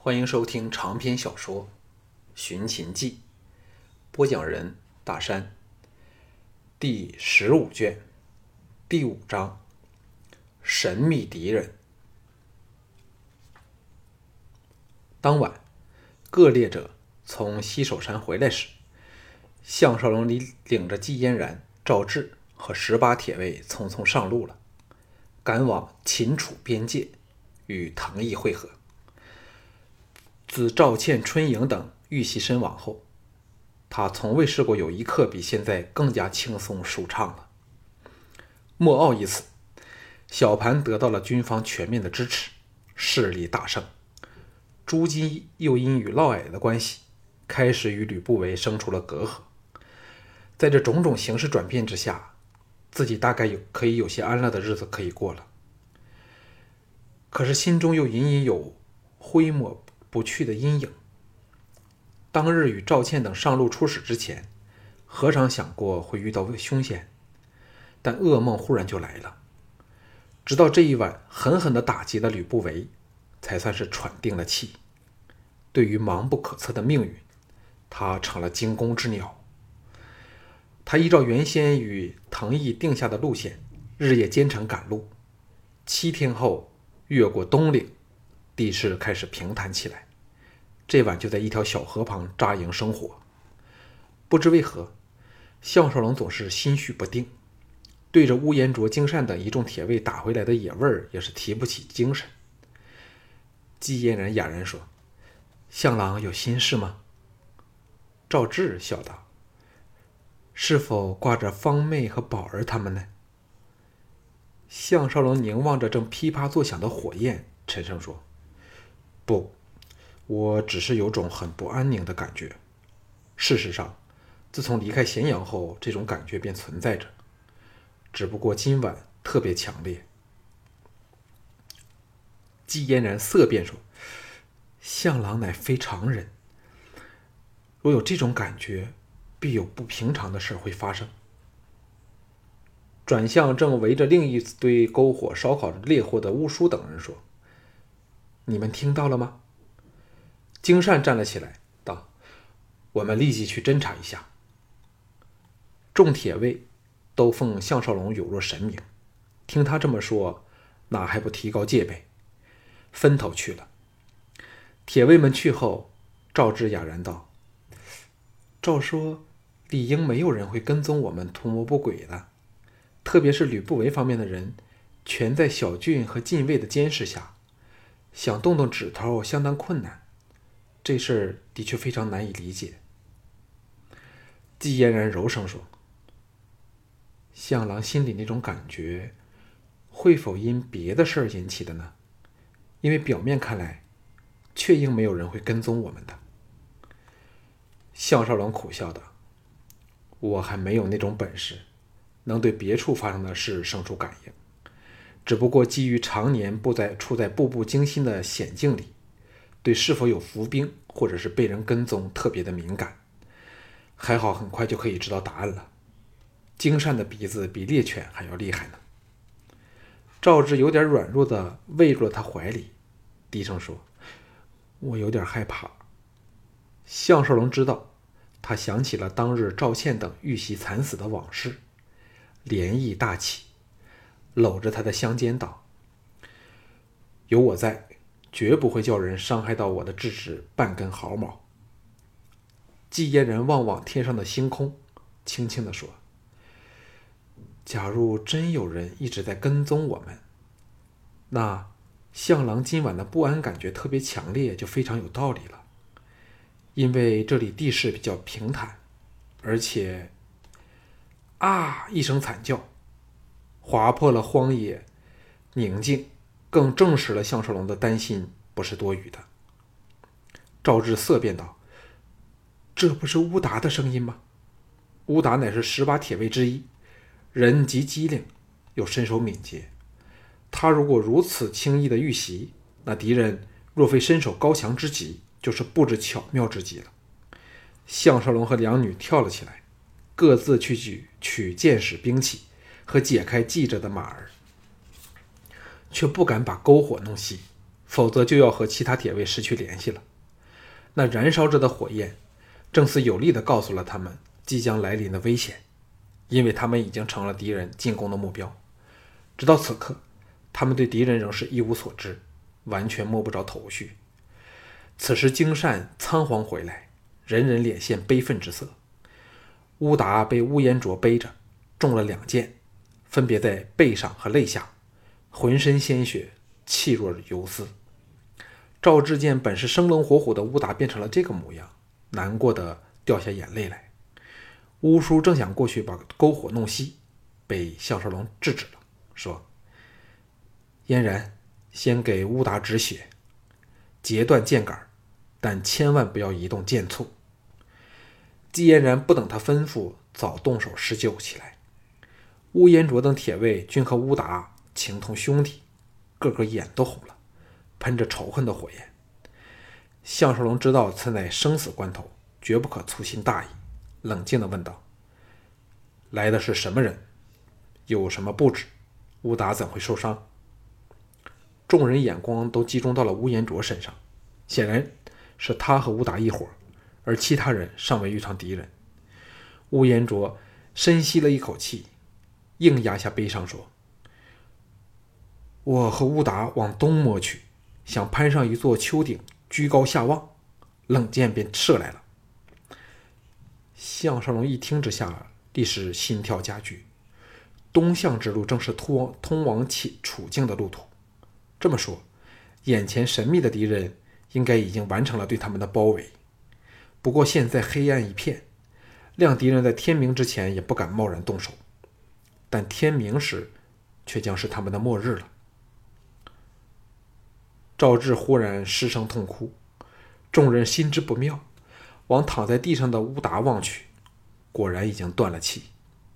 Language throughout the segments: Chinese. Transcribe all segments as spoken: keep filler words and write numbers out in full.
欢迎收听长篇小说《寻秦记》，播讲人大山。第十五卷，第五章，神秘敌人。当晚，各猎者从西首山回来时，项少龙领领着季嫣然、赵志和十八铁卫匆匆上路了，赶往秦楚边界与唐毅会合。自赵倩、春莹等遇袭身亡后，他从未试过有一刻比现在更加轻松舒畅了。莫骜一死，小盘得到了军方全面的支持，势力大盛。朱姬又因与嫪毐的关系，开始与吕不韦生出了隔阂。在这种种形势转变之下，自己大概有可以有些安乐的日子可以过了。可是心中又隐隐有挥抹不去的阴影。当日与赵倩等上路出使之前，何尝想过会遇到凶险？但噩梦忽然就来了。直到这一晚狠狠地打击了吕不韦，才算是喘定了气。对于茫不可测的命运，他成了惊弓之鸟。他依照原先与唐毅定下的路线，日夜兼程赶路。七天后，越过东岭，地势开始平坦起来。这晚就在一条小河旁扎营生活。不知为何，项少龙总是心绪不定，对着乌延灼、金善等一众铁卫打回来的野味儿也是提不起精神。季嫣然哑然说：“项郎有心事吗？”赵志笑道：“是否挂着方妹和宝儿他们呢？”项少龙凝望着正噼啪作响的火焰，沉声说：“不，我只是有种很不安宁的感觉。事实上，自从离开咸阳后，这种感觉便存在着，只不过今晚特别强烈。”季嫣然色变说：“项郎乃非常人，若有这种感觉，必有不平常的事会发生。”转向正围着另一堆篝火烧烤着猎货的乌叔等人说：“你们听到了吗？”金善站了起来，道：“我们立即去侦查一下。”众铁卫都奉项少龙有若神明，听他这么说，哪还不提高戒备，分头去了。铁卫们去后，赵志哑然道：“照说理应没有人会跟踪我们图谋不轨的，特别是吕不韦方面的人，全在小俊和禁卫的监视下，想动动指头相当困难。这事儿的确非常难以理解。”季嫣然柔声说：“项郎心里那种感觉，会否因别的事儿引起的呢？因为表面看来，确应没有人会跟踪我们的。”项少龙苦笑道：“我还没有那种本事，能对别处发生的事生出感应。只不过基于常年不在处在步步惊心的险境里，对是否有伏兵或者是被人跟踪特别的敏感。还好很快就可以知道答案了。金善的鼻子比猎犬还要厉害呢。”赵志有点软弱的偎入了他怀里，低声说：“我有点害怕。”项少龙知道，他想起了当日赵倩等遇袭惨死的往事，涟漪大起，搂着他的香肩道：“有我在，绝不会叫人伤害到我的智齿半根毫毛。”季嫣然望望天上的星空，轻轻地说：“假如真有人一直在跟踪我们，那项郎今晚的不安感觉特别强烈，就非常有道理了。因为这里地势比较平坦，而且……”啊！一声惨叫，划破了荒野宁静，更证实了项少龙的担心不是多余的。赵志色变道：“这不是乌达的声音吗？乌达乃是十八铁卫之一，人极机灵，又身手敏捷。他如果如此轻易的遇袭，那敌人若非身手高强之极，就是布置巧妙之极了。”项少龙和两女跳了起来，各自去取取剑矢兵器和解开系着的马儿，却不敢把篝火弄熄， 否则就要和其他铁卫失去联系了。那燃烧着的火焰正是有力地告诉了他们即将来临的危险，因为他们已经成了敌人进攻的目标。直到此刻，他们对敌人仍是一无所知，完全摸不着头绪。此时京善仓皇回来，人人脸现悲愤之色。乌达被乌延灼背着，中了两箭，分别在背上和肋下，浑身鲜血，气若游丝。赵志见本是生龙活虎的乌达变成了这个模样，难过的掉下眼泪来。乌叔正想过去把篝火弄熄，被项少龙制止了，说：嫣然，先给乌达止血，截断箭杆，但千万不要移动箭簇。季嫣然不等他吩咐，早动手施救起来。乌延灼等铁卫均和乌达情同兄弟，个个眼都红了，喷着仇恨的火焰。项少龙知道此乃生死关头，绝不可粗心大意，冷静地问道：来的是什么人？有什么布置？乌达怎会受伤？众人眼光都集中到了乌延灼身上，显然是他和乌达一伙，而其他人尚未遇上敌人。乌延灼深吸了一口气，硬压下悲伤说：我和乌达往东摸去，想攀上一座丘顶，居高下望，冷箭便射来了。项少龙一听之下，立时心跳加剧。东向之路正是通往通往起处境的路途，这么说，眼前神秘的敌人应该已经完成了对他们的包围。不过现在黑暗一片，谅敌人在天明之前也不敢贸然动手，但天明时却将是他们的末日了。赵志忽然失声痛哭，众人心知不妙，往躺在地上的乌达望去，果然已经断了气。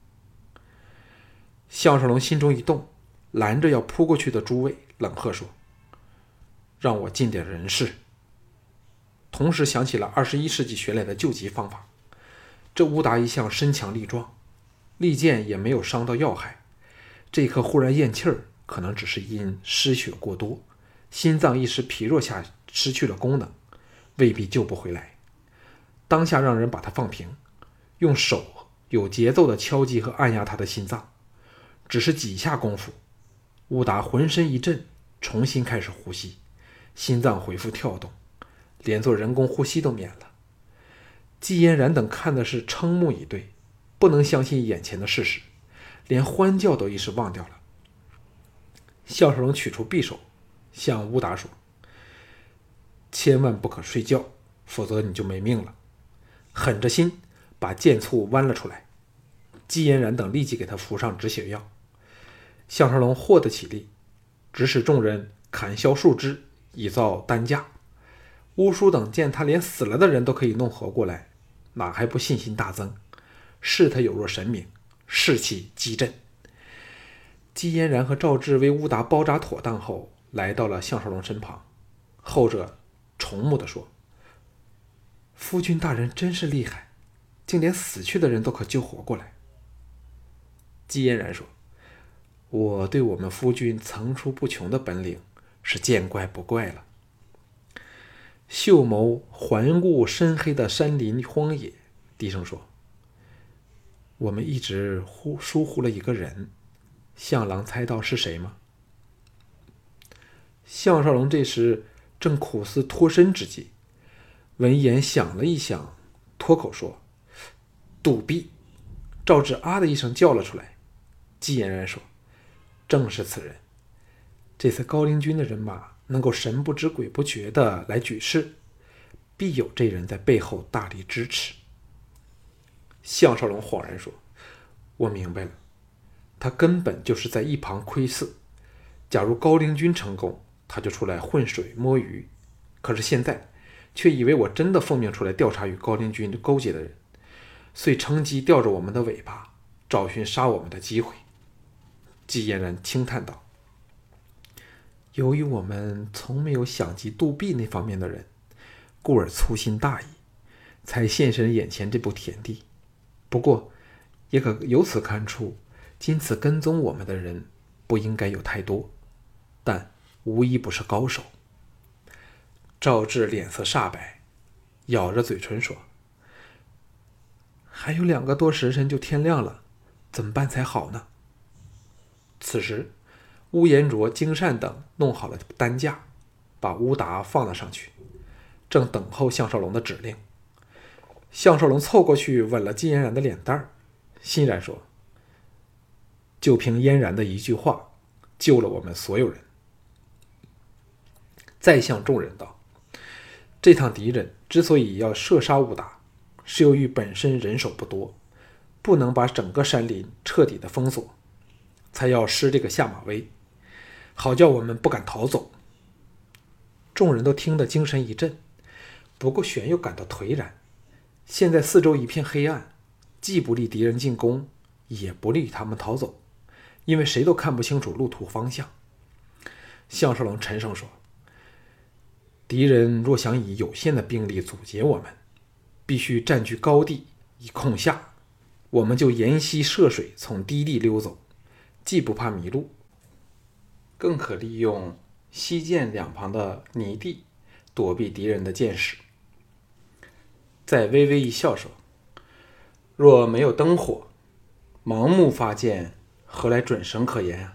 项少龙心中一动，拦着要扑过去的诸位，冷喝说：让我尽点人事。同时想起了二十一世纪学来的救急方法。这乌达一向身强力壮，利剑也没有伤到要害，这一刻忽然咽气儿，可能只是因失血过多，心脏一时疲弱下失去了功能，未必救不回来。当下让人把他放平，用手有节奏的敲击和按压他的心脏。只是几下功夫，乌达浑身一震，重新开始呼吸，心脏恢复跳动，连做人工呼吸都免了。季嫣然等看的是瞠目以对，不能相信眼前的事实，连欢叫都一时忘掉了。项少龙取出匕首，向乌达说：千万不可睡觉，否则你就没命了。狠着心把剑簇剜了出来。季嫣然等立即给他服上止血药。项少龙获得起力，指使众人砍削树枝，以造担架。乌叔等见他连死了的人都可以弄活过来，哪还不信心大增，视他有若神明，士气激振。季嫣然和赵志为乌达包扎妥当后，来到了项少龙身旁。后者崇慕地说：夫君大人真是厉害，竟连死去的人都可救活过来。季嫣然说：我对我们夫君层出不穷的本领是见怪不怪了。秀眸环顾深黑的山林荒野，低声说：我们一直忽疏忽了一个人，项郎猜到是谁吗？项少龙这时正苦思脱身之际，闻言想了一想，脱口说：杜弼。赵志啊的一声叫了出来。季嫣然说：正是此人。这次高陵军的人马能够神不知鬼不觉的来举事，必有这人在背后大力支持。项少龙恍然说：我明白了，他根本就是在一旁窥伺，假如高陵军成功，他就出来浑水摸鱼，可是现在却以为我真的奉命出来调查与高陵军勾结的人，遂乘机吊着我们的尾巴，找寻杀我们的机会。季嫣然轻叹道：由于我们从没有想及杜弼那方面的人，故而粗心大意，才现身眼前这步田地。不过也可由此看出，今次跟踪我们的人不应该有太多，但无一不是高手。 赵志脸色煞白，咬着嘴唇说：“还有两个多时辰就天亮了，怎么办才好呢？”此时，乌延灼、金善等弄好了担架，把乌达放了上去，正等候项少龙的指令。项少龙凑过去吻了季嫣然的脸蛋儿，欣然说：“就凭嫣然的一句话，救了我们所有人。”再向众人道：“这趟敌人之所以要射杀乌达，是由于本身人手不多，不能把整个山林彻底的封锁，才要施这个下马威，好叫我们不敢逃走。”众人都听得精神一振，不过玄又感到颓然。现在四周一片黑暗，既不利敌人进攻，也不利于他们逃走，因为谁都看不清楚路途方向。项少龙沉声说：“敌人若想以有限的兵力阻截我们，必须占据高地以控下，我们就沿溪涉水从低地溜走，既不怕迷路，更可利用溪涧两旁的泥地躲避敌人的箭矢。”再微微一笑说：“若没有灯火，盲目发箭，何来准绳可言啊？”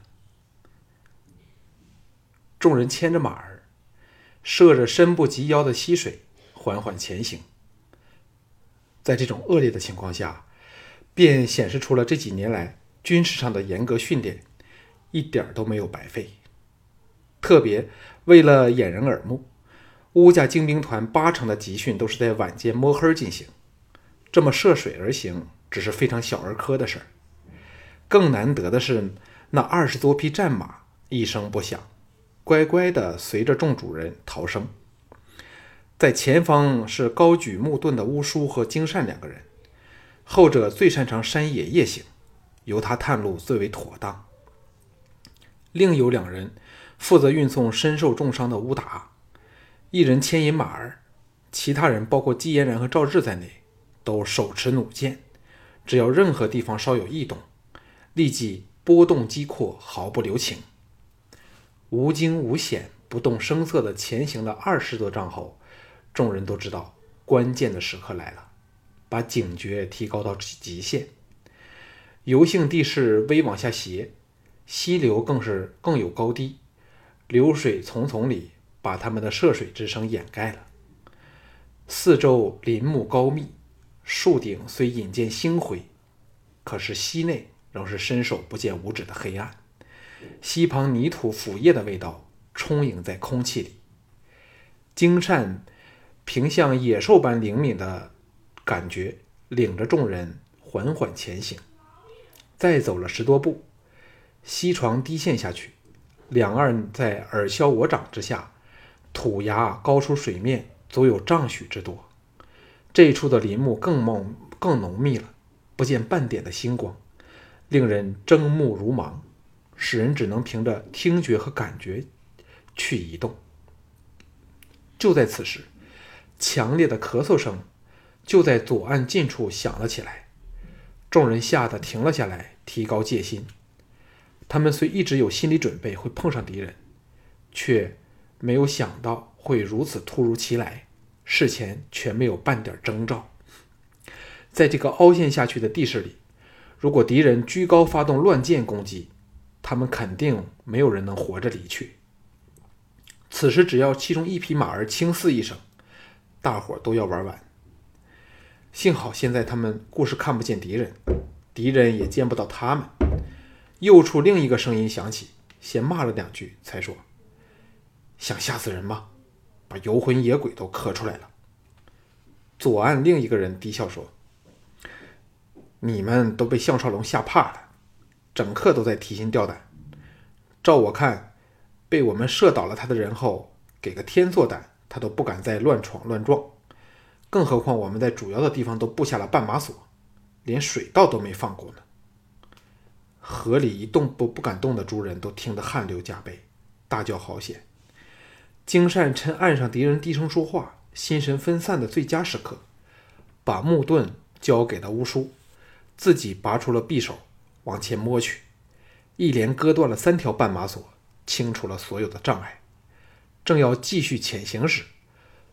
众人牵着马儿，涉着深不及腰的溪水缓缓前行。在这种恶劣的情况下，便显示出了这几年来军事上的严格训练一点都没有白费。特别为了掩人耳目，乌家精兵团八成的集训都是在晚间摸黑进行，这么涉水而行只是非常小儿科的事儿。更难得的是，那二十多匹战马一声不响，乖乖地随着众主人逃生。在前方是高举木盾的乌叔和金善两个人，后者最擅长山野夜行，由他探路最为妥当。另有两人负责运送身受重伤的乌达，一人牵引马儿，其他人包括季嫣然和赵志在内，都手持弩箭，只要任何地方稍有异动，立即波动击扩，毫不留情。无惊无险、不动声色地前行了二十多丈后，众人都知道关键的时刻来了，把警觉提高到极限。油性地势微往下斜，溪流更是更有高低，流水丛丛里把他们的涉水之声掩盖了。四周林木高密，树顶虽引见星辉，可是溪内仍是伸手不见五指的黑暗。溪旁泥土腐叶的味道充盈在空气里。金善凭像野兽般灵敏的感觉，领着众人缓缓前行。再走了十多步，溪床低陷下去，两岸在尔消我长之下，土崖高出水面足有丈许之多。这一处的林木更茂更浓密了，不见半点的星光，令人睁目如盲，使人只能凭着听觉和感觉去移动。就在此时，强烈的咳嗽声就在左岸近处响了起来，众人吓得停了下来，提高戒心。他们虽一直有心理准备会碰上敌人，却没有想到会如此突如其来，事前全没有半点征兆。在这个凹陷下去的地势里，如果敌人居高发动乱箭攻击，他们肯定没有人能活着离去。此时只要其中一匹马儿轻嘶一声，大伙都要玩完。幸好现在他们顾是看不见敌人，敌人也见不到他们。右处另一个声音响起，先骂了两句，才说：“想吓死人吗？把游魂野鬼都磕出来了。”左岸另一个人低笑说：“你们都被项少龙吓怕了，整刻都在提心吊胆。照我看，被我们射倒了他的人后，给个天作胆，他都不敢再乱闯乱撞。更何况我们在主要的地方都布下了绊马索，连水道都没放过呢。”河里一动不不敢动的诸人都听得汗流浃背，大叫好险。金善趁岸上敌人低声说话，心神分散的最佳时刻，把木盾交给了乌叔，自己拔出了匕首往前摸去，一连割断了三条绊马索，清除了所有的障碍。正要继续前行时，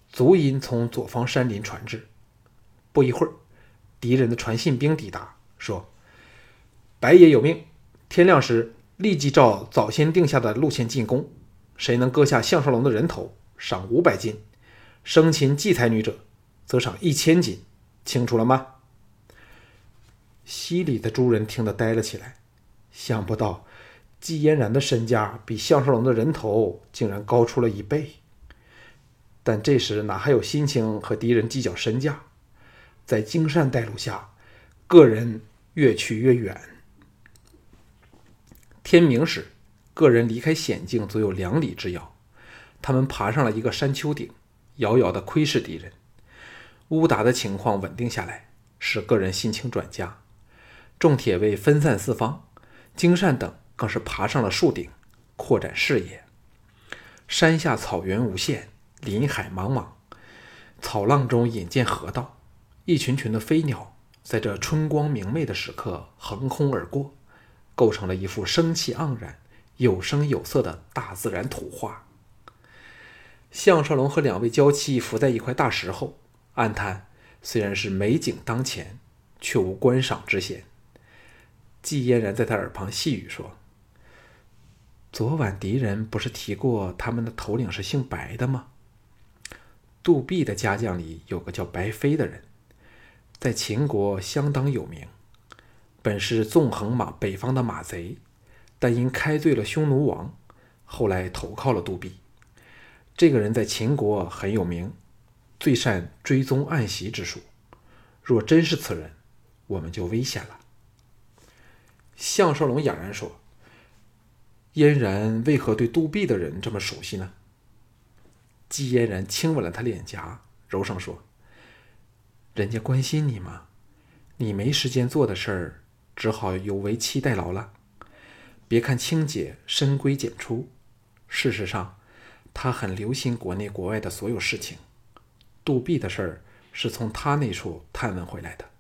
足音从左方山林传至。不一会儿，敌人的传信兵抵达，说：“白爷有命，天亮时立即照早先定下的路线进攻，谁能割下项少龙的人头，赏五百金；生擒季才女者，则赏一千金。清楚了吗？”西里的诸人听得呆了起来，想不到季嫣然的身价比项少龙的人头竟然高出了一倍。但这时哪还有心情和敌人计较身价？在金善带路下，个人越去越远。天明时，个人离开险境足有两里之遥，他们爬上了一个山丘顶，遥遥地窥视敌人。乌达的情况稳定下来，使个人心情转佳。众铁卫分散四方，金善等更是爬上了树顶，扩展视野。山下草原无限，林海茫茫，草浪中引见河道，一群群的飞鸟在这春光明媚的时刻横空而过，构成了一幅生气盎然、有声有色的大自然图画。项少龙和两位娇妻伏在一块大石后，暗叹虽然是美景当前，却无观赏之嫌。季嫣然在他耳旁细语说：“昨晚敌人不是提过他们的头领是姓白的吗？杜弼的家将里有个叫白飞的人，在秦国相当有名，本是纵横马北方的马贼，但因开罪了匈奴王，后来投靠了杜弼。这个人在秦国很有名，最善追踪暗袭之术，若真是此人，我们就危险了。”项少龙哑然说：“嫣然为何对杜弼的人这么熟悉呢？”季嫣然亲吻了他脸颊，柔声说：“人家关心你嘛，你没时间做的事儿，只好有为期代劳了。别看青姐深闺简出，事实上她很留心国内国外的所有事情，杜弼的事儿是从她那处探问回来的。”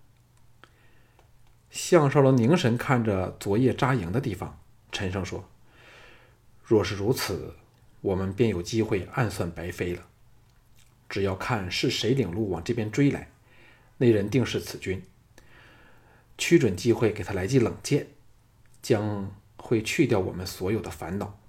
项少龙凝神看着昨夜扎营的地方，沉声说：“若是如此，我们便有机会暗算白飞了。只要看是谁领路往这边追来，那人定是此军。屈准机会给他来记冷箭，将会去掉我们所有的烦恼。”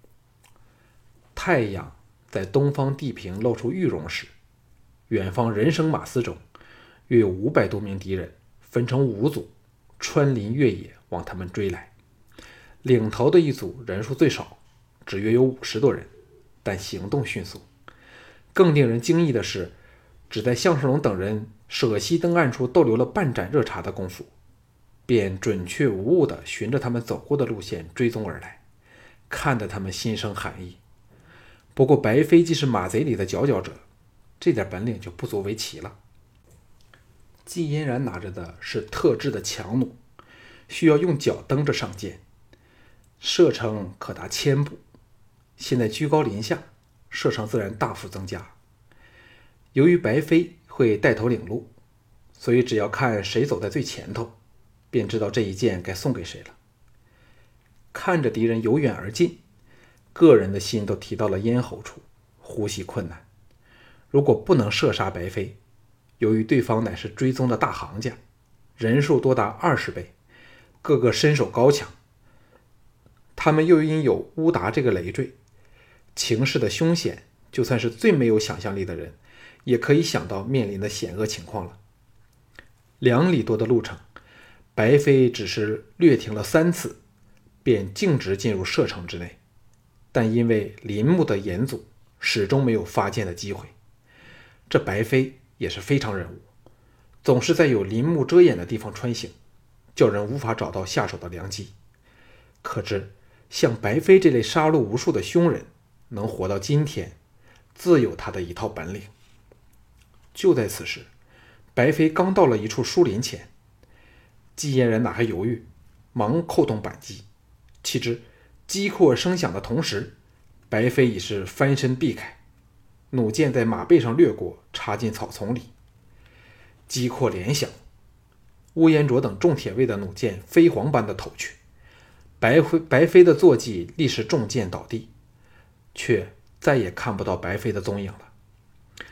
太阳在东方地平露出玉容时，远方人生马嘶中，约有五百多名敌人分成五组，穿林越野往他们追来。领头的一组人数最少，只约有五十多人，但行动迅速。更令人惊异的是，只在项少龙等人舍西登岸处逗留了半盏热茶的功夫，便准确无误地循着他们走过的路线追踪而来，看得他们心生寒意。不过白飞既是马贼里的佼佼者，这点本领就不足为奇了。季嫣然拿着的是特制的强弩，需要用脚蹬着上箭，射程可达千步。现在居高临下，射程自然大幅增加。由于白飞会带头领路，所以只要看谁走在最前头，便知道这一箭该送给谁了。看着敌人由远而近，个人的心都提到了咽喉处，呼吸困难。如果不能射杀白飞，由于对方乃是追踪的大行家，人数多达二十倍，个个身手高强，他们又因有乌达这个累赘，情势的凶险，就算是最没有想象力的人，也可以想到面临的险恶情况了。两里多的路程，白飞只是略停了三次，便径直进入射程之内，但因为林木的严阻，始终没有发箭的机会。这白飞也是非常人物，总是在有林木遮掩的地方穿行，叫人无法找到下手的良机。可知像白飞这类杀戮无数的凶人，能活到今天，自有他的一套本领。就在此时，白飞刚到了一处树林前，季嫣然哪还犹豫，忙扣动扳机。岂知机阔声响的同时，白飞已是翻身避开，弩箭在马背上掠过，插进草丛里。机阔连响，乌延灼等众铁卫的弩箭飞蝗般的投去，白飞白飞的坐骑立时中箭倒地，却再也看不到白飞的踪影了。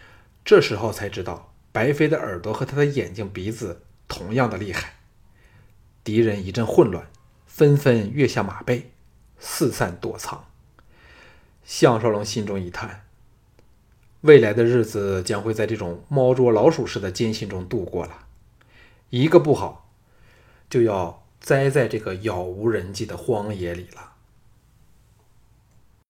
这时候才知道白飞的耳朵和他的眼睛鼻子同样的厉害。敌人一阵混乱，纷纷跃下马背，四散躲藏。项少龙心中一叹，未来的日子将会在这种猫捉老鼠似的艰辛中度过了，一个不好就要栽在这个杳无人迹的荒野里了。